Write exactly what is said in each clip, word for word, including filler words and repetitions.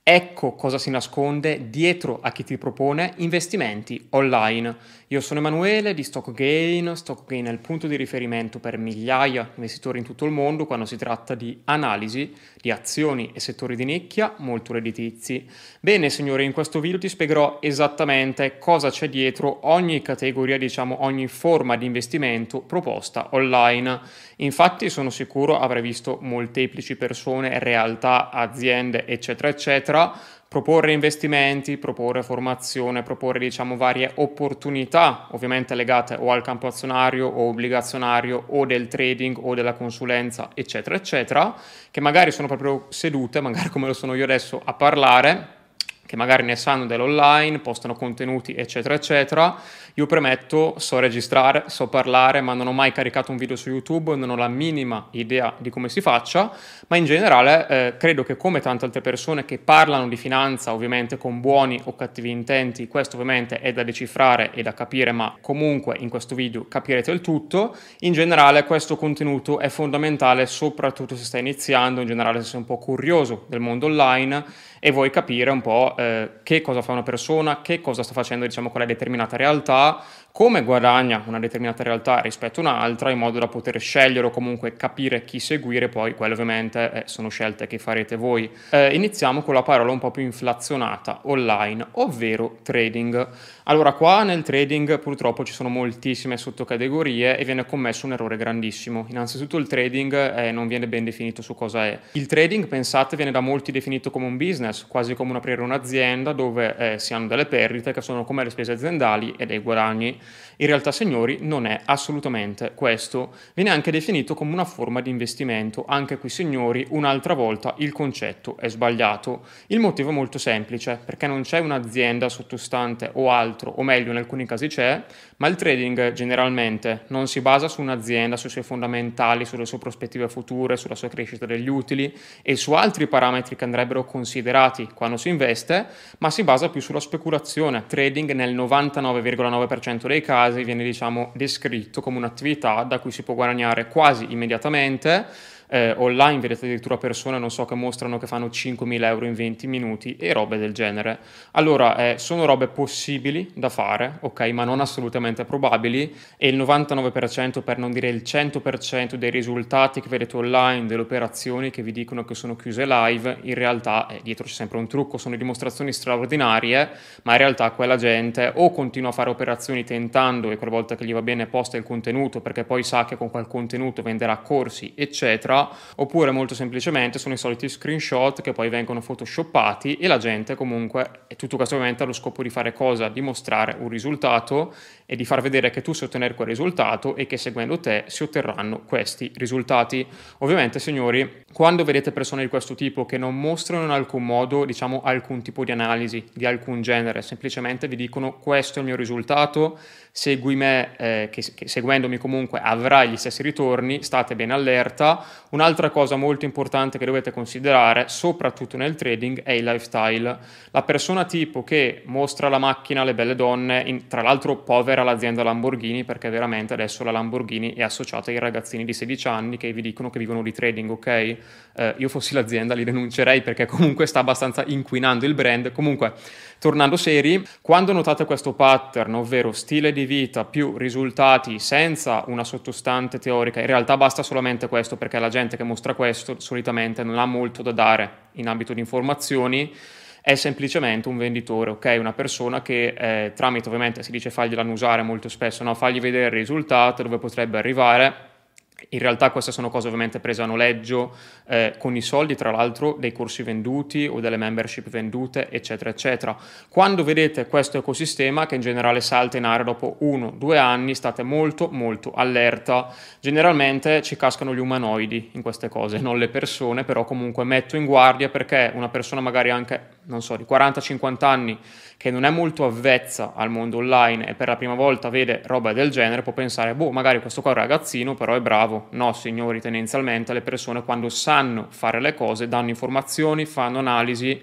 Ecco cosa si nasconde dietro a chi ti propone investimenti online. Io sono Emanuele di StockGain. StockGain è il punto di riferimento per migliaia di investitori in tutto il mondo quando si tratta di analisi di azioni e settori di nicchia molto redditizi. Bene signori, in questo video ti spiegherò esattamente cosa c'è dietro ogni categoria, diciamo ogni forma di investimento proposta online. Infatti sono sicuro avrai visto molteplici persone, realtà, aziende eccetera eccetera proporre investimenti, proporre formazione, proporre diciamo varie opportunità ovviamente legate o al campo azionario o obbligazionario o del trading o della consulenza eccetera eccetera, che magari sono proprio sedute, magari come lo sono io adesso a parlare, che magari ne sanno dell'online, postano contenuti eccetera eccetera. Io premetto, so registrare, so parlare, ma non ho mai caricato un video su YouTube, non ho la minima idea di come si faccia, ma in generale eh, credo che come tante altre persone che parlano di finanza, ovviamente con buoni o cattivi intenti, questo ovviamente è da decifrare e da capire, ma comunque in questo video capirete il tutto. In generale questo contenuto è fondamentale soprattutto se stai iniziando, in generale se sei un po' curioso del mondo online e vuoi capire un po' eh, che cosa fa una persona, che cosa sta facendo diciamo quella determinata realtà, come guadagna una determinata realtà rispetto a un'altra, in modo da poter scegliere o comunque capire chi seguire. Poi quelle ovviamente eh, sono scelte che farete voi. Eh, iniziamo con la parola un po' più inflazionata, online, ovvero trading. Allora qua nel trading purtroppo ci sono moltissime sottocategorie e viene commesso un errore grandissimo. Innanzitutto il trading eh, non viene ben definito su cosa è. Il trading, pensate, viene da molti definito come un business, quasi come un aprire un'azienda dove eh, si hanno delle perdite che sono come le spese aziendali e dei guadagni. In realtà, signori, non è assolutamente questo. Viene anche definito come una forma di investimento. Anche qui, signori, un'altra volta il concetto è sbagliato. Il motivo è molto semplice, perché non c'è un'azienda sottostante o altro, o meglio in alcuni casi c'è, ma il trading generalmente non si basa su un'azienda, sui suoi fondamentali, sulle sue prospettive future, sulla sua crescita degli utili e su altri parametri che andrebbero considerati quando si investe, ma si basa più sulla speculazione. Trading nel novantanove virgola nove per cento dei casi viene diciamo descritto come un'attività da cui si può guadagnare quasi immediatamente. Eh, online vedete addirittura persone, non so, che mostrano che fanno cinquemila euro in venti minuti e robe del genere. Allora eh, sono robe possibili da fare, ok, ma non assolutamente probabili, e il novantanove per cento, per non dire il cento per cento dei risultati che vedete online, delle operazioni che vi dicono che sono chiuse live, in realtà eh, dietro c'è sempre un trucco, sono dimostrazioni straordinarie, ma in realtà quella gente o continua a fare operazioni tentando e quella volta che gli va bene posta il contenuto perché poi sa che con quel contenuto venderà corsi eccetera, oppure molto semplicemente sono i soliti screenshot che poi vengono photoshoppati e la gente comunque, e tutto questo ovviamente ha lo scopo di fare cosa? Di mostrare un risultato e di far vedere che tu sai ottenere quel risultato e che seguendo te si otterranno questi risultati. Ovviamente signori, quando vedete persone di questo tipo che non mostrano in alcun modo diciamo alcun tipo di analisi di alcun genere, semplicemente vi dicono questo è il mio risultato, segui me, eh, che, che seguendomi comunque avrai gli stessi ritorni, state ben allerta. Un'altra cosa molto importante che dovete considerare, soprattutto nel trading, è il lifestyle. La persona tipo che mostra la macchina, le belle donne, in, tra l'altro povera l'azienda Lamborghini, perché veramente adesso la Lamborghini è associata ai ragazzini di sedici anni che vi dicono che vivono di trading, ok? Eh, io fossi l'azienda li denuncerei perché comunque sta abbastanza inquinando il brand. Comunque, tornando seri, quando notate questo pattern, ovvero stile di vita più risultati senza una sottostante teorica, in realtà basta solamente questo perché la gente che mostra questo solitamente non ha molto da dare in ambito di informazioni, è semplicemente un venditore, ok? Una persona che eh, tramite, ovviamente si dice fargliela annusare molto spesso, no? Fargli vedere il risultato, dove potrebbe arrivare. In realtà queste sono cose ovviamente prese a noleggio eh, con i soldi tra l'altro dei corsi venduti o delle membership vendute eccetera eccetera. Quando vedete questo ecosistema che in generale salta in aria dopo uno due anni, state molto molto allerta. Generalmente ci cascano gli umanoidi in queste cose, non le persone, però comunque metto in guardia perché una persona magari anche non so di quaranta cinquanta anni che non è molto avvezza al mondo online e per la prima volta vede roba del genere può pensare boh, magari questo qua è un ragazzino però è bravo. No signori, tendenzialmente le persone quando sanno fare le cose danno informazioni, fanno analisi,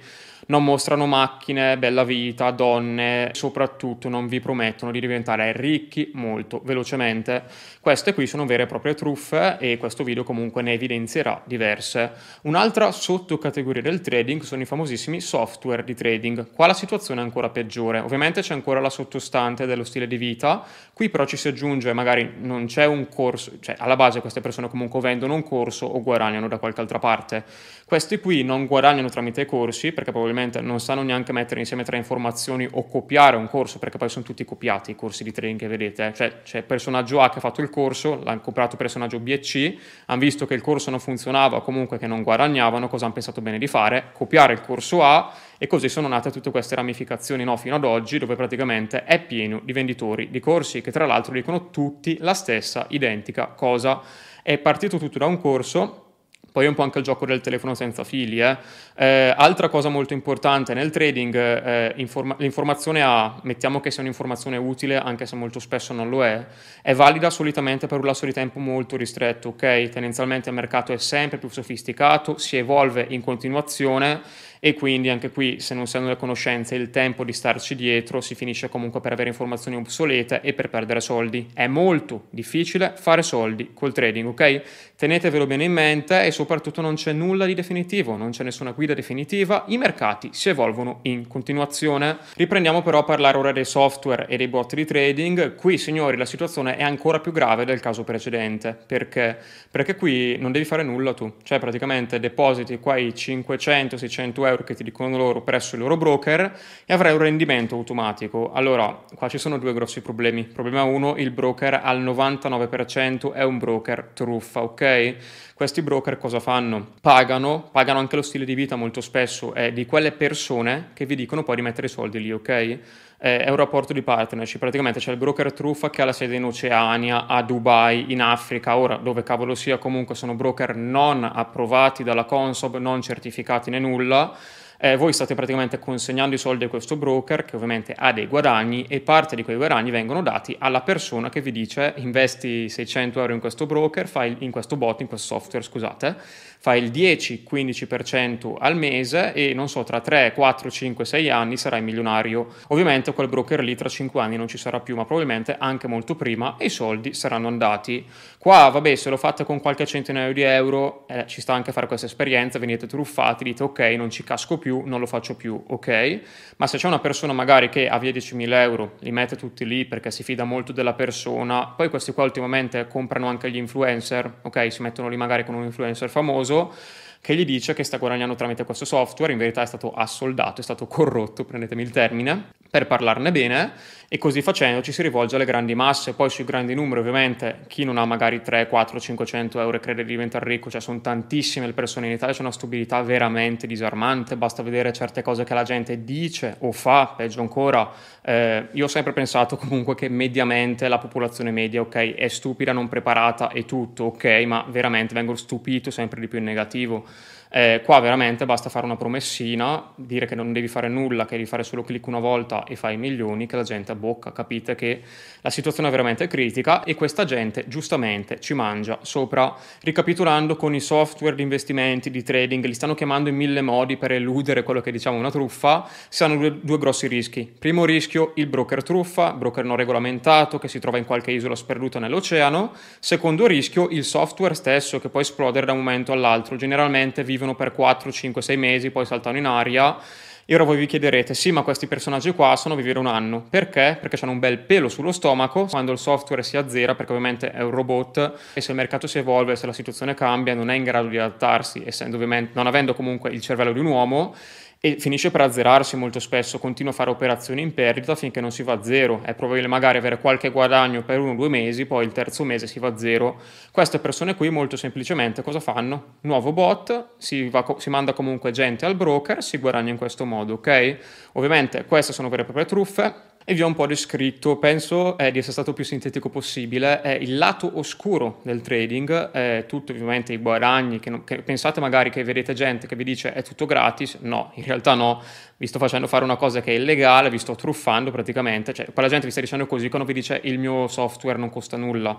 non mostrano macchine, bella vita, donne, soprattutto non vi promettono di diventare ricchi molto velocemente. Queste qui sono vere e proprie truffe e questo video comunque ne evidenzierà diverse. Un'altra sottocategoria del trading sono i famosissimi software di trading. Qua la situazione è ancora peggiore. Ovviamente c'è ancora la sottostante dello stile di vita, qui però ci si aggiunge, magari non c'è un corso, cioè alla base queste persone comunque vendono un corso o guadagnano da qualche altra parte. Questi qui non guadagnano tramite i corsi perché probabilmente non sanno neanche mettere insieme tre informazioni o copiare un corso, perché poi sono tutti copiati i corsi di trading che vedete, cioè c'è personaggio A che ha fatto il corso, l'hanno comprato personaggio B e C, hanno visto che il corso non funzionava, comunque che non guadagnavano, cosa hanno pensato bene di fare? Copiare il corso A, e così sono nate tutte queste ramificazioni, no, fino ad oggi, dove praticamente è pieno di venditori di corsi che tra l'altro dicono tutti la stessa identica cosa. È partito tutto da un corso. Poi è un po' anche il gioco del telefono senza fili. Eh. Eh, altra cosa molto importante nel trading, eh, informa- l'informazione A, mettiamo che sia un'informazione utile, anche se molto spesso non lo è, è valida solitamente per un lasso di tempo molto ristretto, ok? Tendenzialmente il mercato è sempre più sofisticato, si evolve in continuazione e quindi anche qui, se non si hanno le conoscenze e il tempo di starci dietro, si finisce comunque per avere informazioni obsolete e per perdere soldi. È molto difficile fare soldi col trading, ok? Tenetevelo bene in mente e soprattutto non c'è nulla di definitivo, non c'è nessuna guida definitiva, i mercati si evolvono in continuazione. Riprendiamo però a parlare ora dei software e dei bot di trading. Qui, signori, la situazione è ancora più grave del caso precedente. Perché? Perché qui non devi fare nulla tu, cioè praticamente depositi qua i cinquecento seicento euro che ti dicono loro presso il loro broker e avrai un rendimento automatico. Allora, qua ci sono due grossi problemi. Problema uno, il broker al novantanove per cento è un broker truffa, ok? Questi broker cosa fanno? Pagano, pagano anche lo stile di vita molto spesso, è di quelle persone che vi dicono poi di mettere i soldi lì, ok? È un rapporto di partnership, praticamente c'è il broker truffa che ha la sede in Oceania, a Dubai, in Africa, ora dove cavolo sia, comunque sono broker non approvati dalla Consob, non certificati né nulla. Eh, voi state praticamente consegnando i soldi a questo broker che ovviamente ha dei guadagni e parte di quei guadagni vengono dati alla persona che vi dice investi seicento euro in questo broker, fai in questo bot, in questo software, scusate, fai il dieci quindici per cento al mese e non so, tra tre, quattro, cinque, sei anni sarai milionario. Ovviamente quel broker lì tra cinque anni non ci sarà più, ma probabilmente anche molto prima e i soldi saranno andati. Qua, vabbè, se lo fate con qualche centinaio di euro, eh, ci sta anche a fare questa esperienza, venite truffati, dite ok, non ci casco più, non lo faccio più, ok? Ma se c'è una persona magari che ha via diecimila euro, li mette tutti lì perché si fida molto della persona, poi questi qua ultimamente comprano anche gli influencer, ok? Si mettono lì magari con un influencer famoso, che gli dice che sta guadagnando tramite questo software, in verità è stato assoldato, è stato corrotto, prendetemi il termine, per parlarne bene, e così facendo ci si rivolge alle grandi masse. Poi sui grandi numeri ovviamente chi non ha magari tre, quattro, cinquecento euro e crede di diventare ricco, cioè sono tantissime le persone in Italia, c'è una stupidità veramente disarmante, basta vedere certe cose che la gente dice o fa, peggio ancora. Eh, io ho sempre pensato comunque che mediamente la popolazione media, ok, è stupida, non preparata e tutto, ok, ma veramente vengo stupito sempre di più in negativo. Eh, qua veramente basta fare una promessina, dire che non devi fare nulla, che devi fare solo clic una volta e fai milioni, che la gente abbocca. Capite che la situazione è veramente critica e questa gente giustamente ci mangia sopra. Ricapitolando, con i software di investimenti, di trading, li stanno chiamando in mille modi per eludere quello che diciamo una truffa. Si hanno due, due grossi rischi. Primo rischio, il broker truffa, broker non regolamentato che si trova in qualche isola sperduta nell'oceano. Secondo rischio, il software stesso che può esplodere da un momento all'altro. Generalmente vive per quattro, cinque, sei mesi, poi saltano in aria. E ora voi vi chiederete, sì, ma questi personaggi qua sono a vivere un anno. Perché? Perché hanno un bel pelo sullo stomaco quando il software si azzera, perché ovviamente è un robot e se il mercato si evolve, se la situazione cambia, non è in grado di adattarsi, essendo ovviamente, non avendo comunque il cervello di un uomo, e finisce per azzerarsi molto spesso, continua a fare operazioni in perdita finché non si va a zero. È probabile magari avere qualche guadagno per uno o due mesi, poi il terzo mese si va a zero. Queste persone qui molto semplicemente cosa fanno? Nuovo bot, si, va, si manda comunque gente al broker, si guadagna in questo modo, ok? Ovviamente queste sono vere e proprie truffe. E vi ho un po' descritto, penso eh, di essere stato più sintetico possibile, è il lato oscuro del trading, è tutto ovviamente i guadagni, che, non, che pensate magari che vedete gente che vi dice è tutto gratis, no, in realtà no, vi sto facendo fare una cosa che è illegale, vi sto truffando praticamente, cioè quella gente vi sta dicendo così quando vi dice il mio software non costa nulla.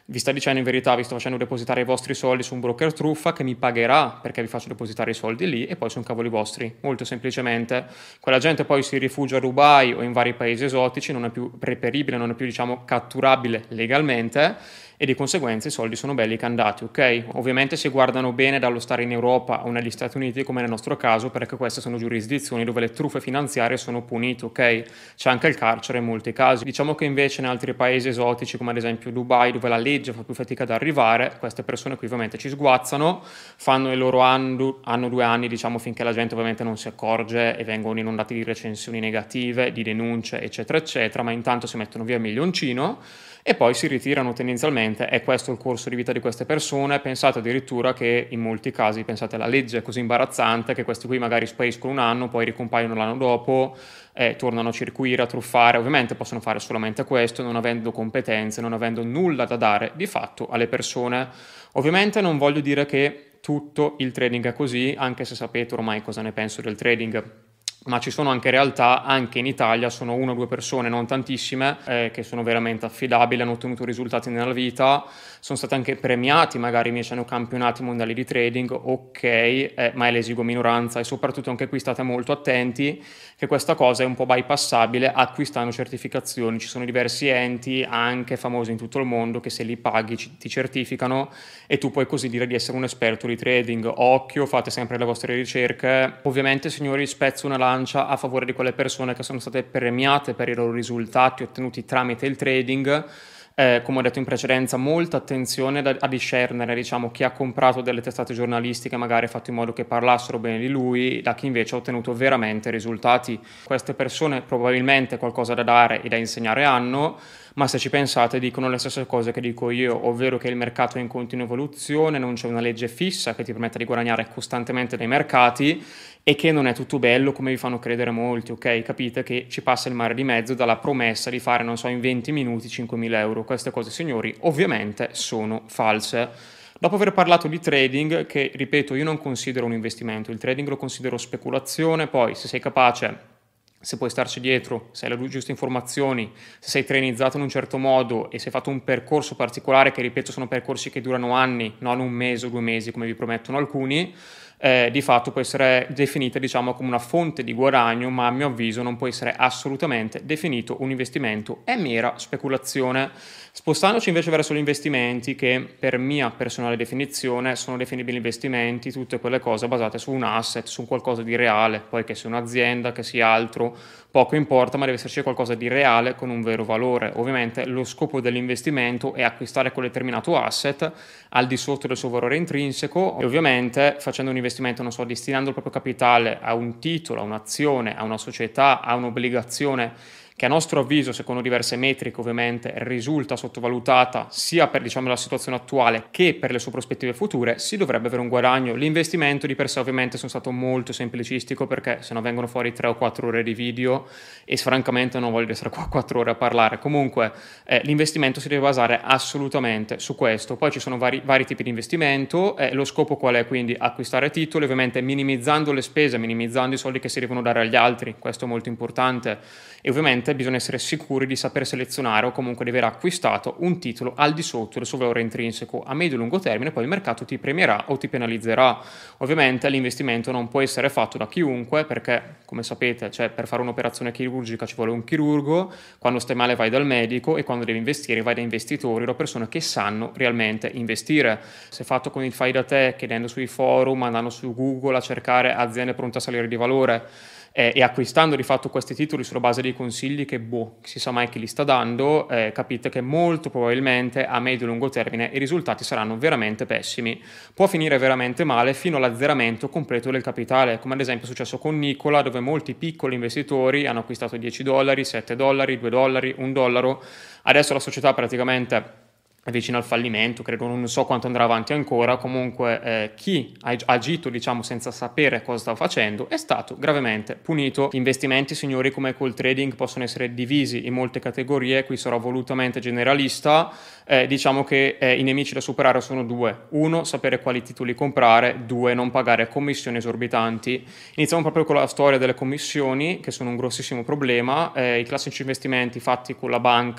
vi sta dicendo in verità, vi sto facendo depositare i vostri soldi su un broker truffa che mi pagherà perché vi faccio depositare i soldi lì e poi sono cavoli vostri, molto semplicemente. Quella gente poi si rifugia a Dubai o in vari paesi esotici, non è più reperibile, non è più diciamo catturabile legalmente e di conseguenza i soldi sono belli candati, ok? Ovviamente si guardano bene dallo stare in Europa o negli Stati Uniti come nel nostro caso perché queste sono giurisdizioni dove le truffe finanziarie sono punite, ok? C'è anche il carcere in molti casi. Diciamo che invece in altri paesi esotici come ad esempio Dubai dove la legge fa più fatica ad arrivare, queste persone qui ovviamente ci sguazzano, fanno il loro anno, anno due anni diciamo finché la gente ovviamente non si accorge e vengono inondati di recensioni negative, di denunce eccetera eccetera, ma intanto si mettono via il milioncino e poi si ritirano tendenzialmente. È questo il corso di vita di queste persone. Pensate addirittura che in molti casi, pensate la legge è così imbarazzante che questi qui magari spariscono un anno, poi ricompaiono l'anno dopo, eh, tornano a circuire, a truffare. Ovviamente possono fare solamente questo, non avendo competenze, non avendo nulla da dare di fatto alle persone. Ovviamente non voglio dire che tutto il trading è così, anche se sapete ormai cosa ne penso del trading. Ma ci sono anche realtà, anche in Italia, sono una o due persone, non tantissime, eh, che sono veramente affidabili, hanno ottenuto risultati nella vita, sono stati anche premiati, magari invece hanno campionati mondiali di trading, ok, eh, ma è l'esigua minoranza e soprattutto anche qui state molto attenti che questa cosa è un po' bypassabile acquistando certificazioni. Ci sono diversi enti, anche famosi in tutto il mondo, che se li paghi ci, ti certificano e tu puoi così dire di essere un esperto di trading. Occhio, fate sempre le vostre ricerche. Ovviamente, signori, spezzo una lancia a favore di quelle persone che sono state premiate per i loro risultati ottenuti tramite il trading. Eh, come ho detto in precedenza, molta attenzione da, a discernere diciamo, chi ha comprato delle testate giornalistiche, magari fatto in modo che parlassero bene di lui, da chi invece ha ottenuto veramente risultati. Queste persone probabilmente qualcosa da dare e da insegnare hanno, ma se ci pensate dicono le stesse cose che dico io, ovvero che il mercato è in continua evoluzione, non c'è una legge fissa che ti permetta di guadagnare costantemente dai mercati e che non è tutto bello come vi fanno credere molti, ok? Capite che ci passa il mare di mezzo dalla promessa di fare, non so, in venti minuti cinquemila euro. Queste cose, signori, ovviamente sono false. Dopo aver parlato di trading, che ripeto io non considero un investimento, il trading lo considero speculazione, poi se sei capace, se puoi starci dietro, se hai le giuste informazioni, se sei trainizzato in un certo modo e se hai fatto un percorso particolare, che ripeto sono percorsi che durano anni, non un mese o due mesi come vi promettono alcuni, eh, di fatto può essere definita diciamo come una fonte di guadagno, ma a mio avviso non può essere assolutamente definito un investimento, è mera speculazione. Spostandoci invece verso gli investimenti, che per mia personale definizione sono definibili investimenti tutte quelle cose basate su un asset, su qualcosa di reale, poi che sia un'azienda, che sia altro, poco importa, ma deve esserci qualcosa di reale con un vero valore. Ovviamente lo scopo dell'investimento è acquistare quel determinato asset al di sotto del suo valore intrinseco e ovviamente facendo un investimento, non so, destinando il proprio capitale a un titolo, a un'azione, a una società, a un'obbligazione che a nostro avviso, secondo diverse metriche ovviamente, risulta sottovalutata sia per diciamo, la situazione attuale che per le sue prospettive future, si dovrebbe avere un guadagno. L'investimento di per sé ovviamente sono stato molto semplicistico perché se no vengono fuori tre o quattro ore di video e francamente non voglio essere qua quattro ore a parlare. Comunque eh, l'investimento si deve basare assolutamente su questo. Poi ci sono vari, vari tipi di investimento, eh, lo scopo qual è? Quindi acquistare titoli, ovviamente minimizzando le spese, minimizzando i soldi che si devono dare agli altri, questo è molto importante e ovviamente bisogna essere sicuri di saper selezionare o comunque di aver acquistato un titolo al di sotto del suo valore intrinseco a medio e lungo termine, poi il mercato ti premierà o ti penalizzerà. Ovviamente l'investimento non può essere fatto da chiunque perché, come sapete, cioè, per fare un'operazione chirurgica ci vuole un chirurgo, quando stai male vai dal medico e quando devi investire vai da investitori o persone che sanno realmente investire. Se fatto con il fai da te, chiedendo sui forum, andando su Google a cercare aziende pronte a salire di valore, Eh, e acquistando di fatto questi titoli sulla base dei consigli che boh, si sa mai chi li sta dando, eh, capite che molto probabilmente a medio e lungo termine i risultati saranno veramente pessimi. Può finire veramente male fino all'azzeramento completo del capitale, come ad esempio è successo con Nikola, dove molti piccoli investitori hanno acquistato dieci dollari, sette dollari, due dollari, un dollaro. Adesso la società praticamente è vicino al fallimento, credo, non so quanto andrà avanti ancora. Comunque eh, chi ha agito diciamo senza sapere cosa stava facendo è stato gravemente punito. Gli investimenti, signori, come col trading possono essere divisi in molte categorie, qui sarò volutamente generalista. Eh, diciamo che eh, i nemici da superare sono due: uno, sapere quali titoli comprare; due, non pagare commissioni esorbitanti. Iniziamo proprio con la storia delle commissioni, che sono un grossissimo problema. Eh, i classici investimenti fatti con la banca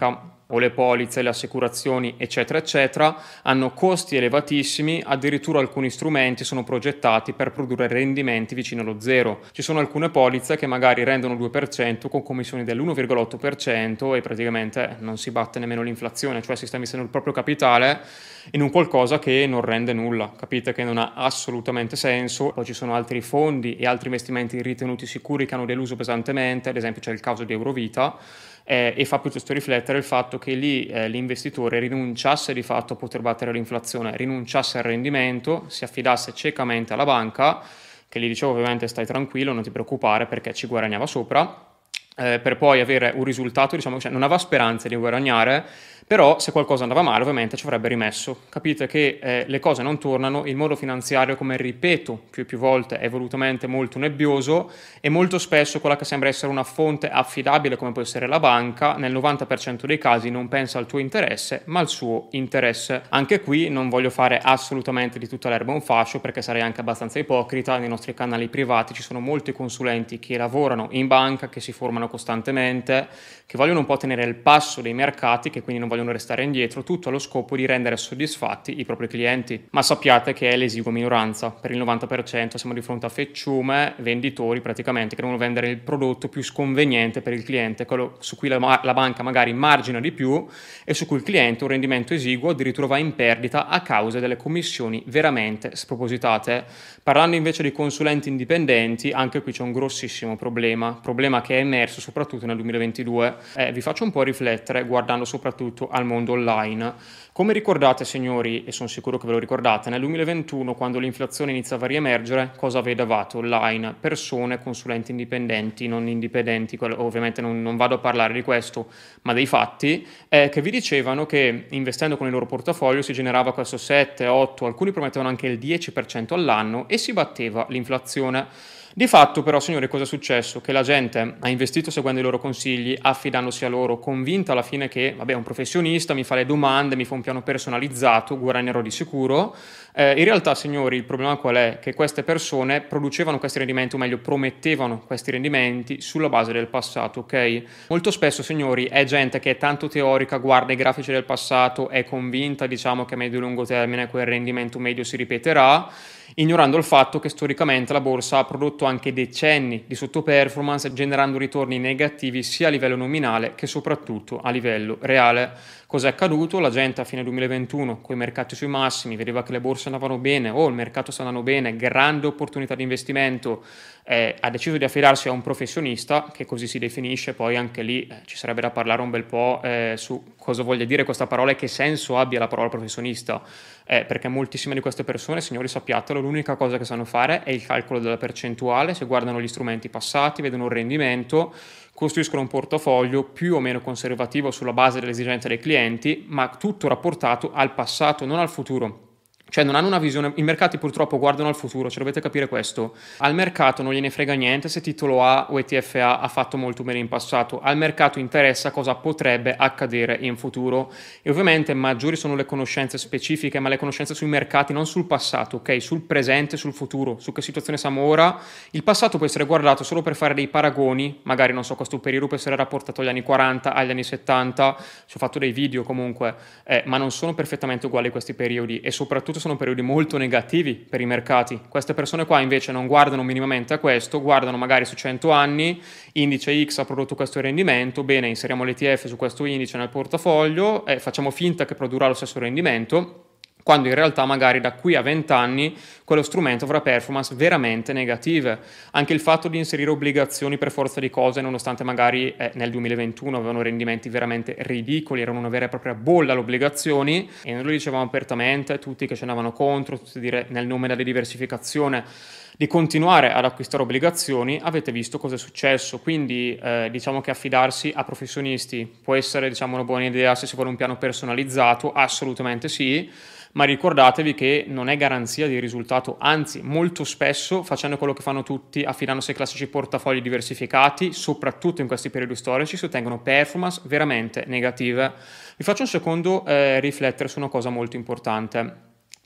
o le polizze, le assicurazioni, eccetera, eccetera, hanno costi elevatissimi, addirittura alcuni strumenti sono progettati per produrre rendimenti vicino allo zero. Ci sono alcune polizze che magari rendono due per cento con commissioni dell'uno virgola otto per cento e praticamente non si batte nemmeno l'inflazione, cioè si sta mettendo il proprio capitale in un qualcosa che non rende nulla. Capite che non ha assolutamente senso. Poi ci sono altri fondi e altri investimenti ritenuti sicuri che hanno deluso pesantemente, ad esempio c'è il caso di Eurovita, Eh, e fa piuttosto riflettere il fatto che lì eh, l'investitore rinunciasse di fatto a poter battere l'inflazione, rinunciasse al rendimento, si affidasse ciecamente alla banca, che gli diceva ovviamente stai tranquillo, non ti preoccupare perché ci guadagnava sopra, eh, per poi avere un risultato, diciamo, cioè non aveva speranze di guadagnare, però se qualcosa andava male ovviamente ci avrebbe rimesso. Capite che eh, le cose non tornano, il mondo finanziario, come ripeto più e più volte, è volutamente molto nebbioso e molto spesso quella che sembra essere una fonte affidabile come può essere la banca, nel novanta per cento dei casi non pensa al tuo interesse ma al suo interesse. Anche qui non voglio fare assolutamente di tutta l'erba un fascio perché sarei anche abbastanza ipocrita. Nei nostri canali privati ci sono molti consulenti che lavorano in banca, che si formano costantemente, che vogliono un po' tenere il passo dei mercati, che quindi non vogliono restare indietro, tutto allo scopo di rendere soddisfatti i propri clienti. Ma sappiate che è l'esigua minoranza, per il novanta per cento siamo di fronte a fecciume, venditori praticamente che devono vendere il prodotto più sconveniente per il cliente, quello su cui la, la banca magari margina di più e su cui il cliente un rendimento esiguo addirittura va in perdita a causa delle commissioni veramente spropositate. Parlando invece di consulenti indipendenti, anche qui c'è un grossissimo problema, problema che è emerso soprattutto nel duemilaventidue. Eh, vi faccio un po' riflettere guardando soprattutto al mondo online. Come ricordate, signori, e sono sicuro che ve lo ricordate, nel duemilaventuno, quando l'inflazione iniziava a riemergere, cosa vedevate online? Persone, consulenti indipendenti, non indipendenti, ovviamente non, non vado a parlare di questo, ma dei fatti, eh, che vi dicevano che investendo con il loro portafoglio si generava questo sette, otto, alcuni promettevano anche il dieci per cento all'anno e si batteva l'inflazione. Di fatto però, signori, cosa è successo? Che la gente ha investito seguendo i loro consigli, affidandosi a loro, convinta alla fine che, vabbè, un professionista mi fa le domande, mi fa un piano personalizzato, guadagnerò di sicuro. Eh, in realtà, signori, il problema qual è? Che queste persone producevano questi rendimenti, o meglio, promettevano questi rendimenti sulla base del passato, ok? Molto spesso, signori, è gente che è tanto teorica, guarda i grafici del passato, è convinta, diciamo, che a medio e lungo termine quel rendimento medio si ripeterà, ignorando il fatto che storicamente la borsa ha prodotto anche decenni di sottoperformance, generando ritorni negativi sia a livello nominale che soprattutto a livello reale. Cos'è accaduto? La gente a fine duemilaventuno, con i mercati sui massimi, vedeva che le borse andavano bene, o oh, il mercato sta andando bene, grande opportunità di investimento, eh, ha deciso di affidarsi a un professionista, che così si definisce. Poi anche lì eh, ci sarebbe da parlare un bel po' eh, su cosa voglia dire questa parola e che senso abbia la parola professionista, eh, perché moltissime di queste persone, signori, sappiatelo, l'unica cosa che sanno fare è il calcolo della percentuale, se guardano gli strumenti passati, vedono il rendimento, costruiscono un portafoglio più o meno conservativo sulla base delle esigenze dei clienti, ma tutto rapportato al passato, non al futuro. Cioè non hanno una visione, i mercati purtroppo guardano al futuro, cioè dovete capire questo. Al mercato non gliene frega niente se titolo A o E T F A ha fatto molto bene in passato, al mercato interessa cosa potrebbe accadere in futuro e ovviamente maggiori sono le conoscenze specifiche, ma le conoscenze sui mercati, non sul passato, ok? Sul presente, sul futuro, su che situazione siamo ora. Il passato può essere guardato solo per fare dei paragoni, magari non so, questo periodo può essere rapportato agli anni quaranta, agli anni settanta, ci ho fatto dei video comunque, eh, ma non sono perfettamente uguali questi periodi e soprattutto sono periodi molto negativi per i mercati. Queste persone qua invece non guardano minimamente a questo, guardano magari su cento anni, indice X ha prodotto questo rendimento, bene, inseriamo l'E T F su questo indice nel portafoglio e facciamo finta che produrrà lo stesso rendimento, quando in realtà magari da qui a venti anni quello strumento avrà performance veramente negative. Anche il fatto di inserire obbligazioni per forza di cose, nonostante magari eh, nel duemilaventuno avevano rendimenti veramente ridicoli, erano una vera e propria bolla le obbligazioni, e noi lo dicevamo apertamente, tutti che ce n'avano contro, tutti dire nel nome della diversificazione, di continuare ad acquistare obbligazioni. Avete visto cosa è successo, quindi eh, diciamo che affidarsi a professionisti può essere, diciamo, una buona idea se si vuole un piano personalizzato, assolutamente sì, ma ricordatevi che non è garanzia di risultato, anzi molto spesso facendo quello che fanno tutti, affidandosi ai classici portafogli diversificati, soprattutto in questi periodi storici, si ottengono performance veramente negative. Vi faccio un secondo eh, riflettere su una cosa molto importante.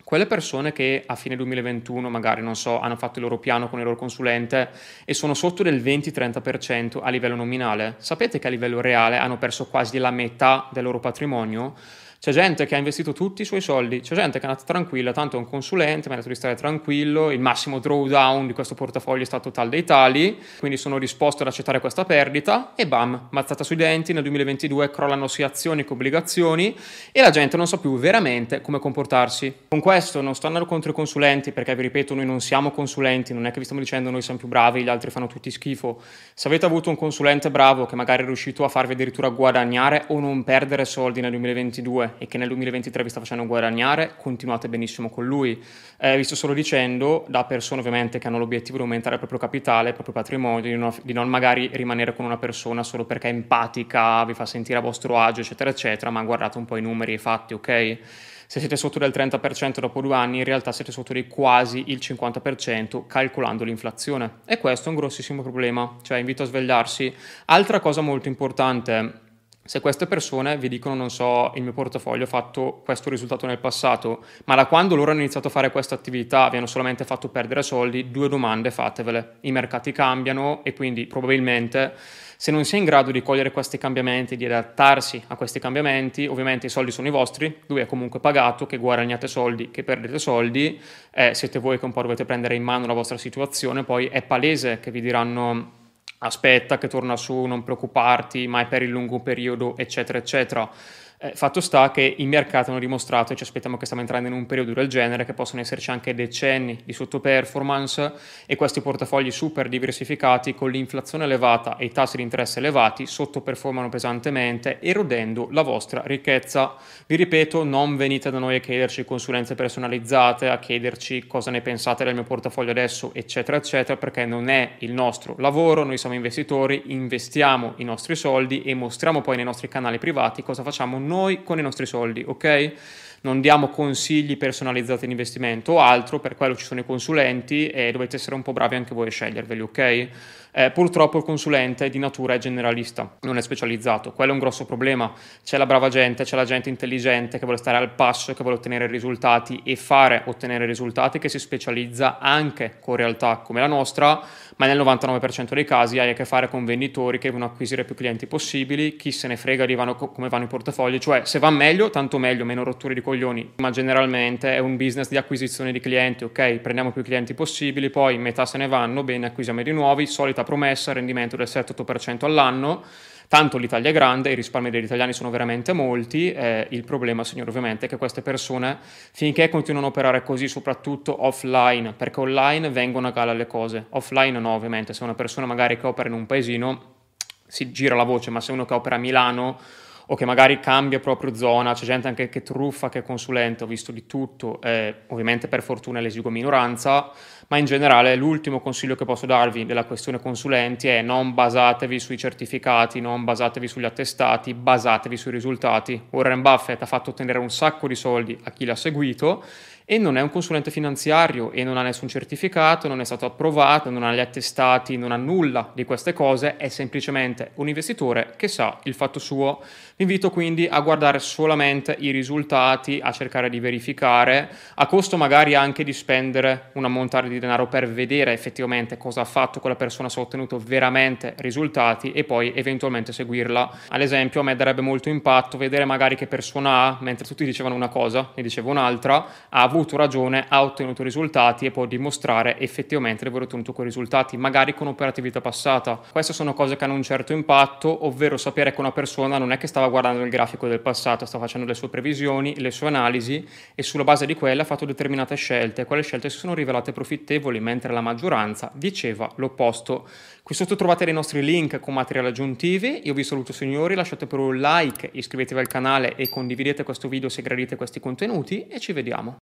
Quelle persone che a fine duemilaventuno magari, non so, hanno fatto il loro piano con il loro consulente e sono sotto del venti trenta per cento a livello nominale, sapete che a livello reale hanno perso quasi la metà del loro patrimonio? C'è gente che ha investito tutti i suoi soldi, c'è gente che è andata tranquilla, tanto è un consulente, mi ha detto di stare tranquillo, il massimo drawdown di questo portafoglio è stato tal dei tali, quindi sono disposto ad accettare questa perdita e bam, mazzata sui denti, nel duemilaventidue crollano sia azioni che obbligazioni e la gente non sa più veramente come comportarsi. Con questo non sto andando contro i consulenti perché vi ripeto, noi non siamo consulenti, non è che vi stiamo dicendo noi siamo più bravi, gli altri fanno tutti schifo. Se avete avuto un consulente bravo che magari è riuscito a farvi addirittura guadagnare o non perdere soldi nel duemilaventidue e che nel duemilaventitré vi sta facendo guadagnare, continuate benissimo con lui. Eh, vi sto solo dicendo, da persone ovviamente che hanno l'obiettivo di aumentare il proprio capitale, il proprio patrimonio, di non, di non magari rimanere con una persona solo perché è empatica, vi fa sentire a vostro agio, eccetera, eccetera, ma guardate un po' i numeri e i fatti, ok? Se siete sotto del trenta per cento dopo due anni, in realtà siete sotto di quasi il cinquanta per cento calcolando l'inflazione. E questo è un grossissimo problema, cioè invito a svegliarsi. Altra cosa molto importante, se queste persone vi dicono, non so, il mio portafoglio ha fatto questo risultato nel passato, ma da quando loro hanno iniziato a fare questa attività vi hanno solamente fatto perdere soldi, due domande fatevele. I mercati cambiano e quindi probabilmente se non si è in grado di cogliere questi cambiamenti, di adattarsi a questi cambiamenti, ovviamente i soldi sono i vostri, lui è comunque pagato, che guadagnate soldi, che perdete soldi, eh, siete voi che un po' dovete prendere in mano la vostra situazione, poi è palese che vi diranno aspetta che torna su, non preoccuparti, ma è per il lungo periodo, eccetera, eccetera. Eh, fatto sta che i mercati hanno dimostrato, e ci aspettiamo che stiamo entrando in un periodo del genere, che possono esserci anche decenni di sottoperformance e questi portafogli super diversificati con l'inflazione elevata e i tassi di interesse elevati sottoperformano pesantemente, erodendo la vostra ricchezza. Vi ripeto, non venite da noi a chiederci consulenze personalizzate, a chiederci cosa ne pensate del mio portafoglio adesso, eccetera, eccetera, perché non è il nostro lavoro, noi siamo investitori, investiamo i nostri soldi e mostriamo poi nei nostri canali privati cosa facciamo noi con i nostri soldi, ok? Non diamo consigli personalizzati in investimento o altro, per quello ci sono i consulenti e dovete essere un po' bravi anche voi a sceglierveli, ok? Eh, purtroppo il consulente di natura è generalista, non è specializzato, quello è un grosso problema. C'è la brava gente, c'è la gente intelligente che vuole stare al passo, che vuole ottenere risultati e fare ottenere risultati, che si specializza anche con realtà come la nostra, ma nel novantanove per cento dei casi hai a che fare con venditori che devono acquisire più clienti possibili, chi se ne frega di vanno, come vanno i portafogli, cioè se va meglio, tanto meglio, meno rotture di coglioni, ma generalmente è un business di acquisizione di clienti, ok? Prendiamo più clienti possibili, poi metà se ne vanno, bene, acquisiamo di nuovi, solita promessa, rendimento del sette otto per cento all'anno. Tanto l'Italia è grande, i risparmi degli italiani sono veramente molti, eh, il problema, signore, ovviamente è che queste persone, finché continuano a operare così, soprattutto offline, perché online vengono a galla le cose, offline no, ovviamente, se una persona magari che opera in un paesino si gira la voce, ma se uno che opera a Milano o che magari cambia proprio zona, c'è gente anche che truffa, che è consulente, ho visto di tutto, eh, ovviamente per fortuna è l'esigua minoranza, ma in generale l'ultimo consiglio che posso darvi della questione consulenti è non basatevi sui certificati, non basatevi sugli attestati, basatevi sui risultati. Warren Buffett ha fatto ottenere un sacco di soldi a chi l'ha seguito e non è un consulente finanziario e non ha nessun certificato, non è stato approvato, non ha gli attestati, non ha nulla di queste cose, è semplicemente un investitore che sa il fatto suo. Vi invito quindi a guardare solamente i risultati, a cercare di verificare, a costo magari anche di spendere un ammontare di denaro per vedere effettivamente cosa ha fatto quella persona, se ha ottenuto veramente risultati e poi eventualmente seguirla. Ad esempio a me darebbe molto impatto vedere magari che persona A, mentre tutti dicevano una cosa, ne diceva un'altra, ha avuto avuto ragione, ha ottenuto risultati e può dimostrare effettivamente di aver ottenuto quei risultati, magari con operatività passata. Queste sono cose che hanno un certo impatto, ovvero sapere che una persona non è che stava guardando il grafico del passato, stava facendo le sue previsioni, le sue analisi e sulla base di quelle ha fatto determinate scelte. Quelle scelte si sono rivelate profittevoli, mentre la maggioranza diceva l'opposto. Qui sotto trovate i nostri link con materiali aggiuntivi. Io vi saluto signori, lasciate per un like, iscrivetevi al canale e condividete questo video se gradite questi contenuti e ci vediamo.